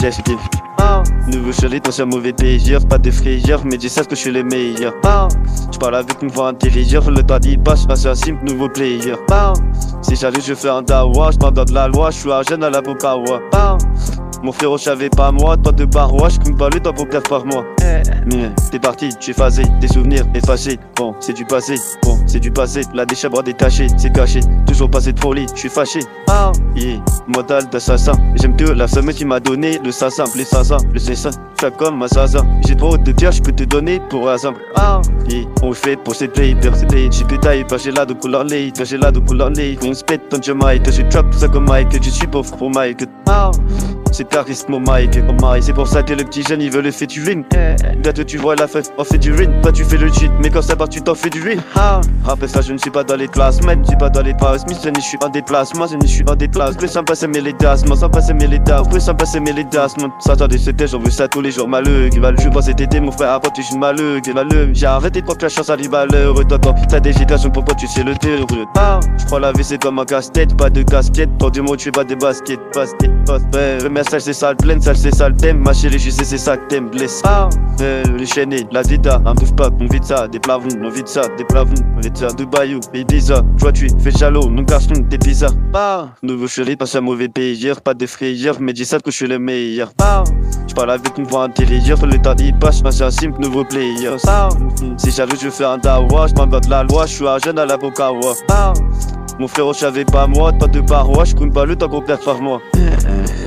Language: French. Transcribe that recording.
test. Nouveau chalet, ancien mauvais payeur, pas de frayeur, mais dis ça que je suis le meilleur. Je parle avec une voix intérieure, le temps y passe, passe un simple nouveau player. Si j'arrive, je fais un dawa, je de la loi, je suis un jeune à la Bokawa. Mon frérot, j'avais pas moi, toi de barrois, je compte pas le temps pour 4 par mois. Mais t'es parti, tu es phasé, des souvenirs effacés. Bon, c'est du passé, la déchabre détachée, c'est caché. Toujours passé de folie, je suis fâché. Yeah, modal d'assassin. J'aime que la femme qui m'a donné le sassin, les sassin, le cessin. Fais comme ma sassin. J'ai trop de pierres, je peux te donner pour hasard. Yeah, on le fait pour ces players, c'est play. J'ai plus taille, pas j'ai là de couleur lait, j'ai là de couleur lait. On se pète ton Jamaïque, je trap tout ça comme Mike, je suis pauvre pour Mike. C'est tariste mon Mike, c'est pour ça que le petit jeune il veut le featuring. Là tu vois la fête, on fait du ring, toi tu fais le cheat, mais quand ça part tu t'en fais du ring. Après ça je ne suis pas dans les classes, man, je suis pas dans les passes, mais je suis en déplacement, je ne suis en déplacement. Plus sans passer mes lédassements, sans passer mes lédassements, plus sans passer mes lédassements. Ça t'en c'était, j'en veux ça tous les jours malheureux. Qui va le jouer pour cet été, mon frère, après tu joues malheureux, j'ai arrêté de prendre la chance à les malheureux. Toi, t'as des hésitations, pourquoi tu sais le terreur. Je crois la vie c'est comme un casse-tête, pas de casse-pied. Tant du mot tu fais pas des baskets, le message c'est sale pleine, sale c'est sale thème. Ma chérie, je sais c'est ça que t'aimes, blesse. Les chaînés, la vida, un bouffe pas, on vide ça, des plavons, on vide ça, des plavons, on vide ça, Dubaï ou Ibiza. Toi tu fais chalot, nous garçons, t'es bizarre. Nouveau chéri, pas un mauvais payeur, pas de frayeur, mais dis ça que je suis le meilleur. Je parle avec une voix intérieure, le temps y passe, c'est un simple nouveau player. Si j'arrive, je fais un dawa, je de la loi, je suis un jeune à la Bokawa. Mon frérot, j'avais pas moi, toi de barrois, je compte pas le temps qu'on perd par moi.